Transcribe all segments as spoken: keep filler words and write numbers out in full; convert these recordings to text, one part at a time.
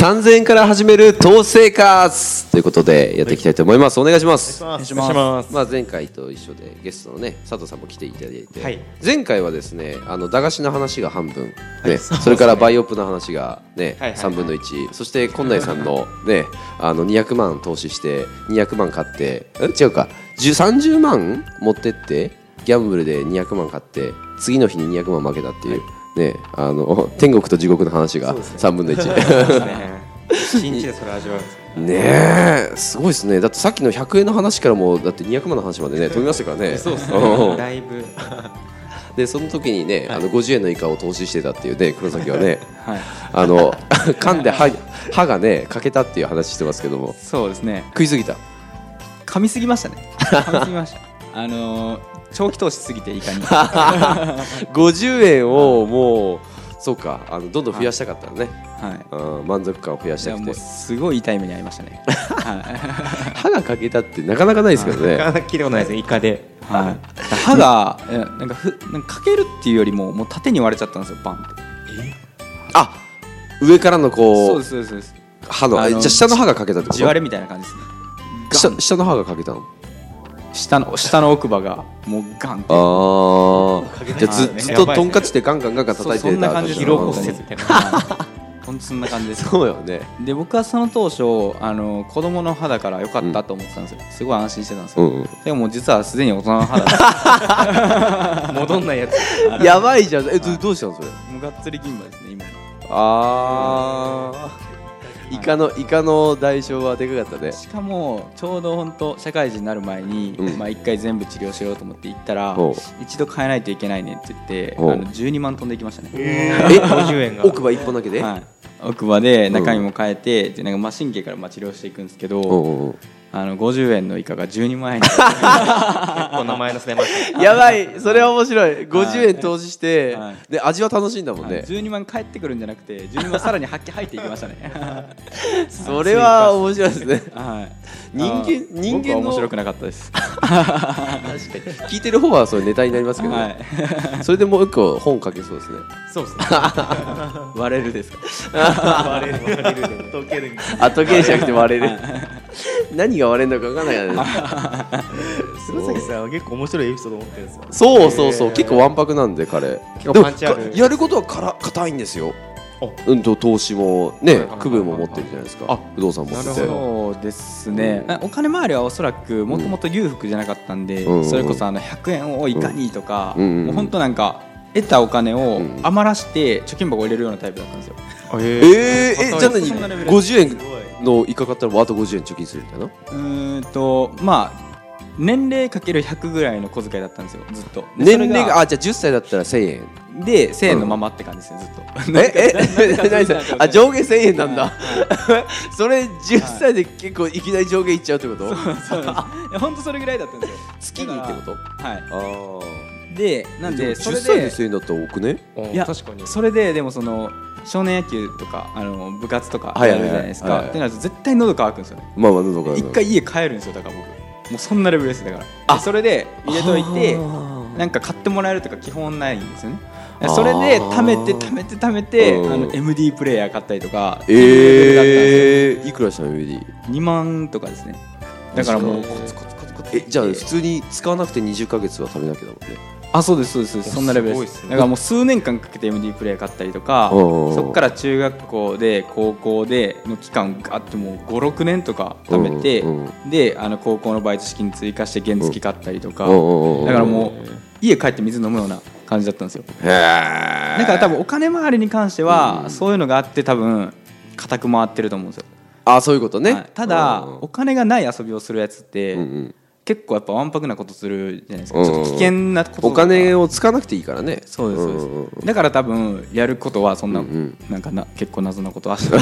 さんぜんえんから始める党生活ということでやっていきたいと思います。お願いします。 お願いします。 まあ、前回と一緒でゲストのね佐藤さんも来ていただいて、 はい、 前回はですねあの駄菓子の話が半分、ねはい、それからバイオプの話が、ねはいはい、さんぶんのいち、そして近内さんの、ね、あのにひゃくまん投資してにひゃくまん買って違うかさんじゅうまん持ってってギャンブルでにひゃくまん買って次の日ににひゃくまん負けたっていう、はいね、あの天国と地獄の話がさんぶんのいち、ね、 一日でそれ味わうんですねえすごいですね。だってさっきのひゃくえんの話からもだってにひゃくまんの話までね飛びましたからね。 そうですねだいぶでその時にね、はい、あのごじゅうえんのイカを投資してたっていうね黒崎はね、はい、あの噛んで 歯, 歯がね欠けたっていう話してますけども。 そうですね食いすぎた噛みすぎましたね噛みすぎましたあのー長期投資すぎていかにごじゅうえんをもうそうかあのどんどん増やしたかったのね、はいうん、満足感を増やしたくてもうすごい痛い目に遭いましたね歯が欠けたってなかなかないですけどね。 なかなか聞いたことないですねイカで、 はい、歯がなんかふなんか欠けるっていうよりももう縦に割れちゃったんですよバンってえあ上からのこうそうですそうですそうです歯の、あのじゃあ下の歯が欠けたってこと地割れみたいな感じですね。 下, 下の歯が欠けたの下の下の奥歯がもうガンってあじゃあ ず, ずっとトンカチでガンガンガンガン叩いてた。 そんな感じで疲労骨折みたいな本当そんな感じです。 そうよね。 で僕はその当初あの子供の歯だからよかったと思ってたんですよ、うん、すごい安心してたんですよ、うんうん、でももう実はすでに大人の歯だった戻んないやつやばいじゃん。えどうしたのそれ。もうがっつり銀歯ですね今。 あーイカのイカの代償はでかかったね。 しかもちょうど本当社会人になる前に、うんまあ、いっかい全部治療しようと思って行ったら一度変えないといけないねって言ってあのじゅうにまん飛んでいきましたね。 えごじゅうえんが奥歯いっぽんだけで、はい、 奥歯で中身も変えて、うん、でなんか真神経からまあ治療していくんですけど、うんうんあのごじゅうえんのイカがじゅうにまんえん結構名前のせましたやばいそれは面白い。ごじゅうえん投資して、はい、で味は楽しいんだもんね、 はい、じゅうにまん返ってくるんじゃなくてじゅうにまんさらに発揮入っていきましたねそれは面白いですね、 はい、 人間人間の僕は面白くなかったです確かに聞いてる方はそれネタになりますけど、ねはい、それでもう一個本書けそうですね。 そうですね割れるですか割れる割れる溶けるあ溶けるじゃなくて割れる何が割れるのか分からないからね黒崎さんは結構面白いエピソード持ってるんですよ。 そうそうそう結構わんぱくなんで彼結構パンチある。 やることはから硬いんですよ。うんと投資もね区分も持ってるじゃないですか。あ不動産持っててそうですね、うん、お金回りはおそらくもともと裕福じゃなかったんで、うん、それこそあのひゃくえんをいかにとか、うん、もう本当なんか得たお金を余らして貯金箱入れるようなタイプだったんですよ。 えー、えじゃあ何ごじゅうえんのイカ買ったらあとごじゅうえん貯金するみたいな。 うーんとまあ年齢かけるひゃくぐらいの小遣いだったんですよずっと。 年齢があじゃあじゅっさいだったらせんえんでせんえんのままって感じですね、うん、ずっとええ何それあ上限せんえんなんだ、はい、それじゅっさいで結構いきなり上限いっちゃうってこと。 そうそう本当それぐらいだったんですよ月にってこと。 はいあでなんでそれでじゅっさいでせんえんだったら多くね。 いや確かにそれででもその少年野球とかあの部活とかやるじゃないですかってなると絶対喉乾くんですよね。 まあまあ喉乾く。 一回家帰るんですよだから僕もうそんなレベルですだからあそれで入れといてなんか買ってもらえるとか基本ないんですよね。それで貯めて貯めて貯めてあの エムディー プレイヤー買ったりとかえーいくらしたの エムディー。 にまんとかですね。だからもうコツコツコツコツえじゃあ普通に使わなくてにじゅっかげつは貯めなきゃだもんね。 あそうですそうですそんなレベルです。だからもう数年間かけて エムディー プレイヤー買ったりとかそこから中学校で高校での期間があってもうごろくねんとか貯めてであの高校のバイト資金追加して原付買ったりとかだからもう家帰って水飲むような感じだったんですよ。だから多分お金回りに関してはそういうのがあって多分固く回ってると思うんですよ。 あそういうことね、はい、 ただお金がない遊びをするやつって、うんうん結構やっぱわんぱくなことするじゃないですか、うん、ちょっと危険なこととかお金を使わなくていいからね。 そうですそうです、うんうん、だから多分やることはそんな、うんうん、なんかな結構謎なことはして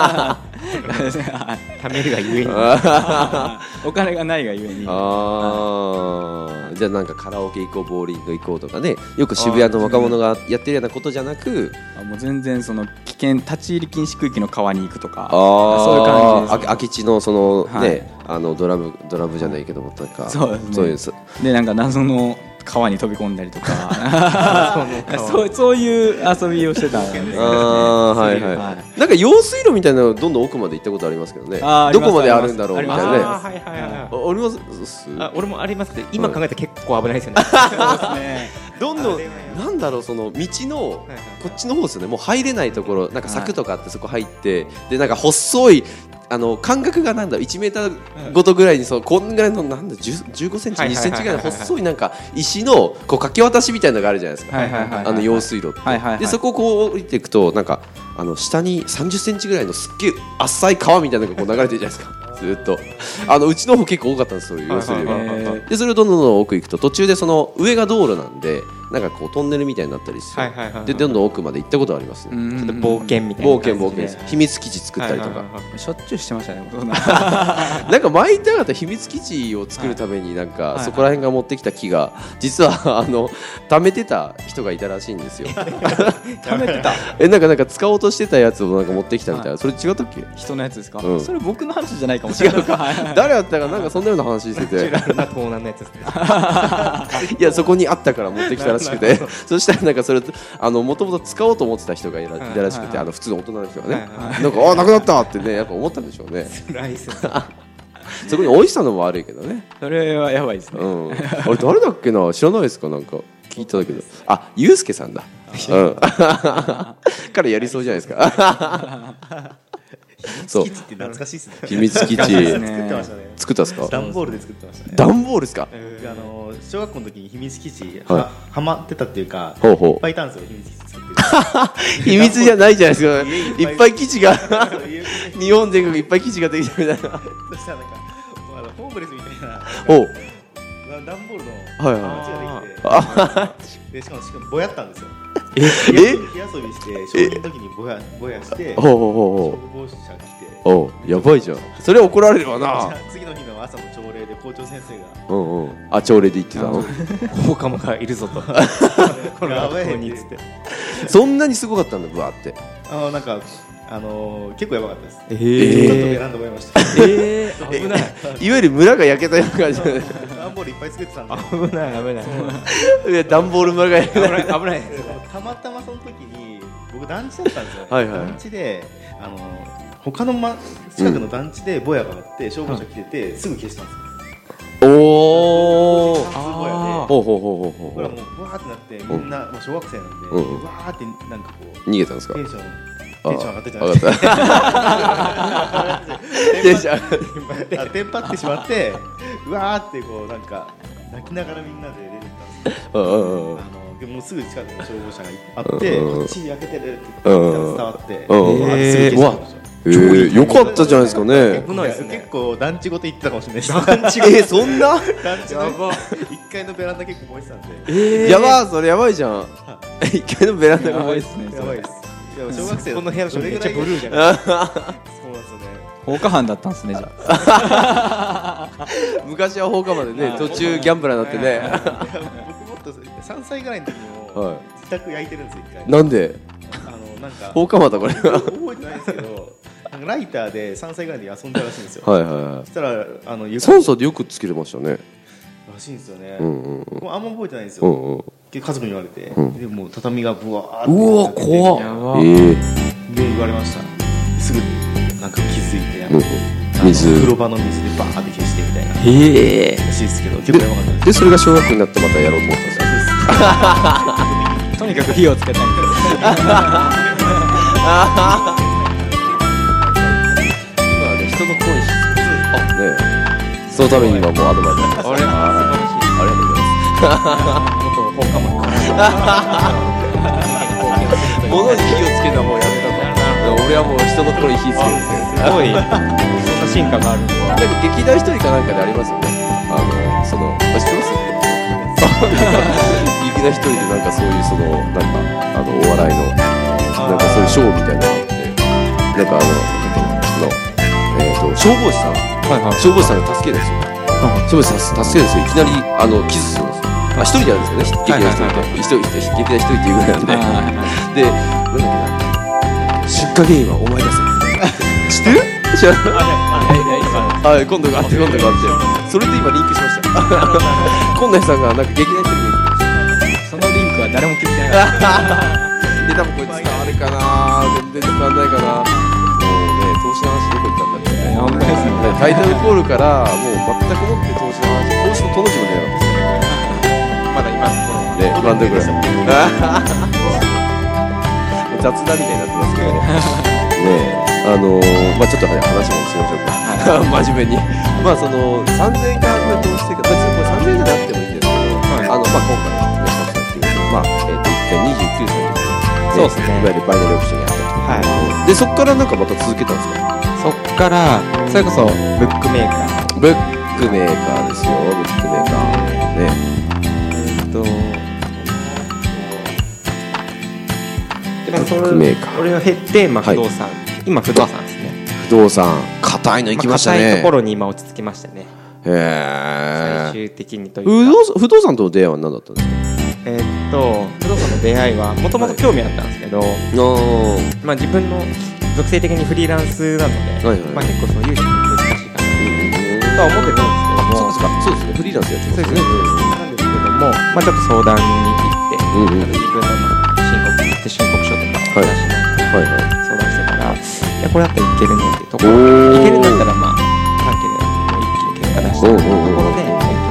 貯めるがゆえにお金がないがゆえにあじゃあなんかカラオケ行こうボーリング行こうとかねよく渋谷の若者がやってるようなことじゃなくあもう全然その危険立ち入り禁止区域の川に行くとかあそういう感じです。空き地のそのね、はい、あのドラムドラムじゃないけどもなんかそうですね。そうですでなんか謎の川に飛び込んだりとかなそうそういう遊びをしてたんですね。 ああはいはい、はい、なんか用水路みたいなのどんどん奥まで行ったことありますけどね。どこまであるんだろうみたいなね。あはいはいはい。あります。 あ俺もありますけど今考えたら結構危ないですよね。 そうですね。 どんどんなんだろうその道のこっちの方ですよね。もう入れないところなんか柵とかあってそこ入ってでなんか細いあの間隔がなんだいちメーターごとぐらいにそうこんぐらいのなんだじゅうごセンチにセンチぐらいの細いなんか石のこうかけ渡しみたいなのがあるじゃないですか。あの用水路ってでそこをこう降りていくとなんかあの下にさんじゅっセンチぐらいのすっげえ浅い川みたいなのがこう流れてるじゃないですか。ずっとあのうちの方結構多かったんですそういう用水路が。でそれをどんどんどんどん奥行くと途中でその上が道路なんでなんかこうトンネルみたいになったりして、はいはいはいはい、でどんどん奥まで行ったことありますね。ちょっと冒険みたいな冒険冒険です。秘密基地作ったりとか、はいはいはいはい、 しょっちゅうしてましたね。 なんか前言ってなかった秘密基地を作るためになんか、はい、そこら辺が持ってきた木が実はあの貯めてた人がいたらしいんですよ。 貯めてたえなんかなんか使おうとしてたやつをなんか持ってきたみたいな、はい、それ違ったっけ？ 人のやつですか？ うん、 それ僕の話じゃないかもしれない。 違うか誰だったかなんかそんなような話しててナチュラルな盗難のやつですね。 いやそこにあったから持ってきたらしくてそしたらなんかそれあのもともと使おうと思ってた人がい ら, いたらしくて、はいはいはい、あの普通の大人の人がね、はいはい、なんかあなくなったってねやっぱ思ったんでしょうね。 辛いですね。 そこに置いてたのも悪いけどね。 それはやばいですね。 うん、あれ誰だっけな知らないですか？なんか聞いただけどあゆうすけさんだ。うん、彼やりそうじゃないですか。 秘密基地って懐かしいですね。 秘密基地作ってましたね。 作ったんですか？ 段ボールで作ってましたね。 段ボールですか？ あの小学校の時に秘密基地ははまってたっていうか、 ほうほういっぱいいたんですよ秘密基地作ってる。 秘密じゃないじゃないですか。いっぱい基地が日本全国いっぱい基地ができたみたいな。そしたらなんかホームレスみたいなほう段ボールのはいはい。でしかもしかもぼやったんですよ。え火遊びして小学の時にぼやぼやしてほうほうほうほう消防車来ておやばいじゃん。それ怒られるわな。 次の日の朝の朝礼で校長先生がうんうんあ朝礼で言ってたの放課後がいるぞとこの学校にっつってそんなにすごかったんだブワーってあなんかあのー、結構やばかったです。 えー、 ちょっとベランダ燃えました。 えー、危ない。 いわゆる村が焼けたような感じで段ボールいっぱい作ってたんで危ない危ないいや段ボール村が焼けた危ない危ないたまたまその時に僕団地だったんですよ。 はいはい、 団地であのー、他の、ま、近くの団地でぼやがあって消防車来てて、うん、すぐ消したんですよ。 おおあほうほうほうほうほうこれはもうブワーってなってみんな、うん、もう小学生なんで、うん、ブワーってなんかこう逃げたんですか？ テンションテンション上がったじゃないですか。テンション上がってテンパってしまってうわーってこうなんか泣きながらみんなで出てきたんですよ。あのでもすぐ近くに消防車があってこっちに焼けてるって伝わってすぐ消したんですよ。 えー、よかったじゃないですかね。 結構団地ごと行ってたかもしれないです。 団地えー、そんな団地のいっかいのベランダ結構燃えてたんで、 えー、やばーそれやばいじゃん。いっかいのベランダが燃えてたね。 やばいです。小学生この部屋の人めっちゃブルーじゃないですか。そうなんですよね。 放火犯だったんですねじゃあ。 昔は放火までね途中ギャンブラーになってね。 僕もっとさんさいぐらいの時も自宅焼いてるんですよ一回。 なんで？ あのなんか放火魔だこれ。 覚えてないですけど。なんかライターでさんさいぐらいで遊んだらしいんですよ。 はいはいはい。 そしたらあの酸素でよくつけてましたね。 らしいんですよね。 うんうんうん、 あんま覚えてないんですよ。うんうん、家族に言われて、うん、でも畳がブワーってうわ怖っ。えー、で言われました。すぐなんか気づいて、うん、水風呂場の水でバーって消してみたいな。 へえ。 らしいですけど結構やばかったです。 でそれが小学校になってまたやろうと思ったんですよ。 とにかく火をつけたいんです。 人の声しあねそのために今もうアドバイスあれありがとうございます元放火魔物に火をつけたもうやめたと俺はもう人の声に火つけるんですすごいそんな進化があるんですなんか劇団一人かなんかでありますよねあのその知ってます劇団一人でなんかそういうそのなんかあのお笑いのなんかそういうショーみたいなのがあってなんかあのえー、と消防士さん、はいはい、消防士さんが助けるんですよ、はい、消防士さん助けるんですよいきなりあのキスするんですよあ一人でやるんですよね劇団一人で劇団一人っていうぐらいなんで、はいはい、でなんだっけな出火原因はお前だせ知ってる知らないはい今度があって今度があってそれで今リンクしました今内さんがなんか劇団一人でそのリンクは誰も気づいてなかったいや多分これ伝わるかな、全然伝わんないかな。もうね、投資の話どこ行ったんだっけね。 本当ですね。 タイトルコールからもう全くもって投資の話、投資のとの字も出なかったですね。 まだ今のところね、今のところ雑談みたいになってますけどね。あのー、まあちょっと話もしましょうか、はい、真面目にまあそのさんぜんえんから投資して別にこれさんぜんえんじゃなくてもいいんですけど、はい、あのまあ今回ねシャツさんっていうまあえっ、ー、といっかいにじゅうきゅうさいで、ね、 そうですね、 いわゆるバイナリーオプションやったと、はい、でそこからなんかまた続けたんですか？ そこからそれこそブックメーカーブックメーカーですよ、ブックメーカーね。 えっとブックメーカー、 俺が減って、まあ、不動産、はい、今不動産ですね。 不動産硬いの行きましたね。 硬いところに今落ち着きましたね。 へえ。 最終的にというか不動産との出会いは何だったんですか？ えー、っと不動産の出会いはもともと興味あったんですけど、はい、まあ、自分の属性的にフリーランスなので、はいはい、まあ、結構その融資が難しいかなとは思ってたんですけども、 そうですか、そうですね、フリーランスやってますね。 なんですけども、まあ、ちょっと相談に行って、うんうん、自分のまあ申告申告書とかを出しながら、はいはいはい、相談してたら、いやこれだったらいけるねっていうところ、いけるんだったらまあ短期で一気に結果出してというところで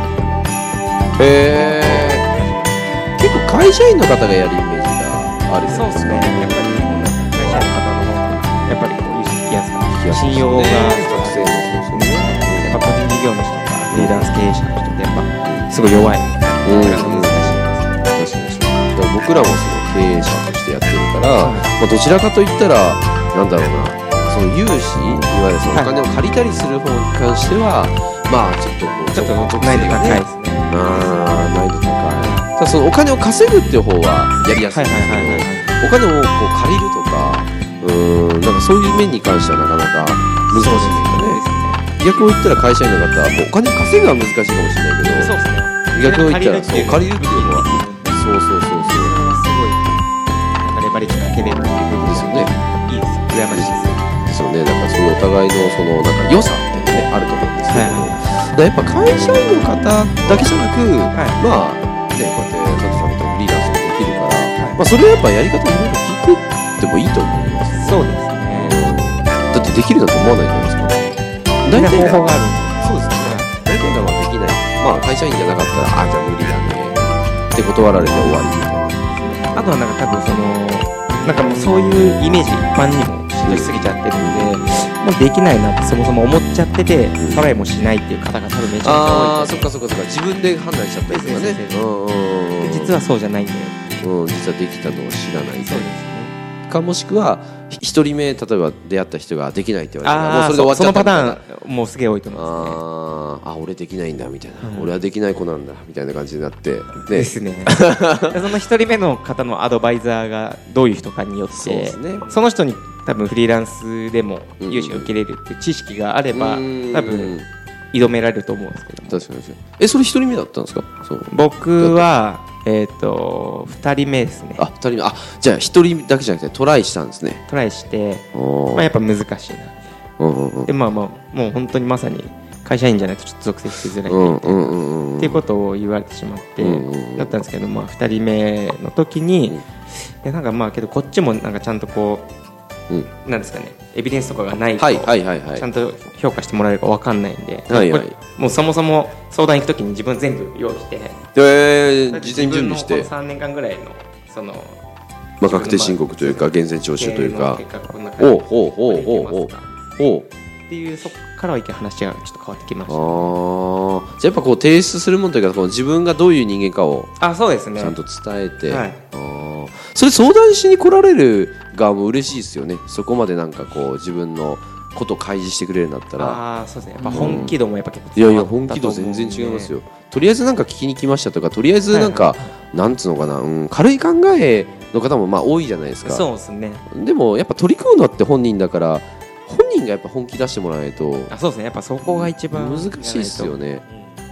へえ。結構会社員の方がやるイメージがある。 そうですね、やっぱり会社員の方の方がやっぱりこう融資引きやすかった、信用が特性もそうですね。 やっぱ個人事業主とかフリーランス経営者の人ってやっぱすごい弱い、うん、難しいですね。 確かに僕らもその経営者としてやってるから、まあ、どちらかといったらなんだろうな、その融資いわゆるそのお金を借りたりする方に関しては、はい、まあちょっとこうちょっと難易度高いですね。 ああ、難易度高い。ただそのお金を稼ぐっていう方はやりやすいんですけど、はいはいはいはい、お金をこう借りるとか、うーん、なんかそういう面に関してはなかなか難しいですよね。逆を言ったら会社員の方はもうお金を稼ぐは難しいかもしれないけど、そうですね、逆を言ったらそう借りるっていうのはそうそうそうそう、 すごいなんかレバレッジかけれるっていう部分ですよね。いいです、羨ましいですよね。だからそういうお互いのそのなんか良さってねあると思うんですけど、はいはい、だやっぱ会社員の方だけじゃなく、はい、まあね、こうやって佐藤さんみたいにフリーランスもできるから、はい、まあそれはやっぱやり方いろいろ聞いてってもいいと思います。 そうですね。 だってできるなんて思わないじゃないですか。 大体方法がある。 そうですね。大体がまあできない。まあ会社員じゃなかったらあじゃあ無理だねって断られて終わりみたいな。 あとはなんか多分そのなんかもうそういうイメージ一般にもしんどしすぎちゃってるんで、もうできないなってそもそも思っちゃってて、トライもしないっていう方が多分めちゃめちゃ多い。 ああ、そっかそっかそっか。自分で判断しちゃったりとかね。 うん、実はそうじゃないんだよ。 うん、実はできたのを知らない。 そうですね。 かもしくは一人目例えば出会った人ができないって言われたらもうそれで終わっちゃった。 そのパターンもうすげえ多いと思いますね。 ああ、俺できないんだみたいな、うん、俺はできない子なんだみたいな感じになって、ね、 ですね。その一人目の方のアドバイザーがどういう人かによって そ,、ね、その人に多分フリーランスでも融資が受けれるっていう知識があれば、うん、多分挑められると思うんですけども。 確かに確かに。え、それ一人目だったんですか？そう、 僕はえー、とふたりめですね。 あ、ふたりめ。あ、じゃあひとりだけじゃなくてトライしたんですね。 トライして、まあ、やっぱ難しいな、うんうんうん、でまあまあもう本当にまさに会社員じゃないとちょっと属性しづらいみたいな、うんうんうん、っていうことを言われてしまって、うんうん、だったんですけど、まあ、ふたりめの時に、うん、いやなんかまあけどこっちもなんかちゃんとこう、うん、なんですかね、エビデンスとかがないと、はいはいはいはい、ちゃんと評価してもらえるか分かんないんで、はいはい、もうそもそも相談行く時に自分全部用意して、 えー、事前準備して自分のさんねんかんぐらいのその、 まあ、確定申告というか源泉徴収というか、おうおうおうおうおうおうっていう、そこからは一見話がちょっと変わってきました、ね。 ああ、じゃあやっぱこう提出するものというか、こう自分がどういう人間かをあ、そうですね、 ちゃんと伝えて、 はい、 あ、それ相談しに来られる側も嬉しいですよね。そこまでなんかこう自分のことを開示してくれるんだったら。 あ、そうですね、やっぱ本気度もやっぱ結構、 うん、いやいや本気度全然違いますよ。とりあえずなんか聞きに来ましたとか、とりあえずなんか、はいはい、なんつうのかな、うん、軽い考えの方もまあ多いじゃないですか。 そうですね。 でもやっぱ取り組むのって本人だから、本人がやっぱ本気出してもらわないと。 あ、そうですね、やっぱそこが一番難しいですよね。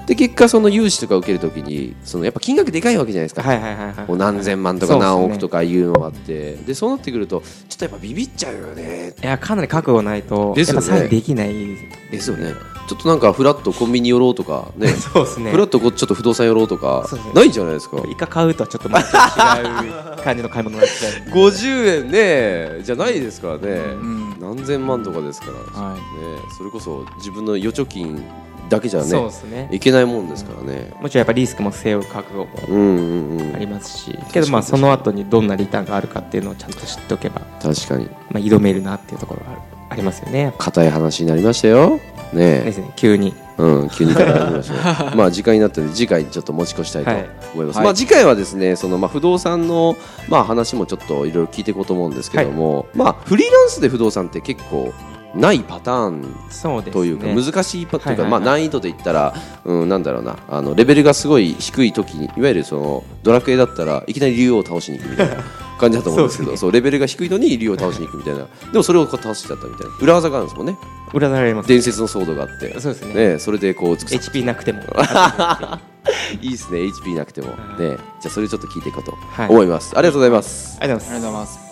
で結果その融資とか受けるときにそのやっぱ金額でかいわけじゃないですか、 はいはいはいはい、 こう何千万とか何億とかいうのがあって、でそうなってくるとちょっとやっぱビビっちゃうよね。 いやかなり覚悟ないとですよね、 やっぱサインできないですよね。ちょっとなんかフラッとコンビニ寄ろうとかねそうですね、 フラッとこうちょっと不動産寄ろうとかそうですね、 ないんじゃないですか。 イカ買うとはちょっとまた違う感じの買い物になっちゃうごじゅうえんねじゃないですからね、 うん、 何千万とかですから、 はいね、それこそ自分の預貯金だけじゃね、 そうですね、 いけないもんですからね。 もちろんやっぱリスクも背負う覚悟もうんうんうんありますし、けどまあその後にどんなリターンがあるかっていうのをちゃんと知っておけば確かに、 まあ挑めるなっていうところがあるありますよね。 硬い話になりましたよね。 ですね、急に、 うん、急にからやりましょうまあ時間になったので次回にちょっと持ち越したいと思います、 はいまあ、次回はですねそのまあ不動産のまあ話もちょっといろいろ聞いていこうと思うんですけども、はい、まあフリーランスで不動産って結構ないパターンというか難しいパターンというかまあ難易度で言ったらうんなんだろうなあのレベルがすごい低い時にいわゆるそのドラクエだったらいきなり竜王を倒しに行くみたいな感じだと思うんですけどそうレベルが低いのに竜王を倒しに行くみたいなでもそれを倒しちゃったみたいな裏技があるんですもんね。 裏技あります、 伝説のソードがあってそうですね、 ねそれでこうエイチピー なくてもいいですね エイチピー なくてもねじゃあそれちょっと聞いていこうと思います、はい、ありがとうございます。 ありがとうございます。 ありがとうございます。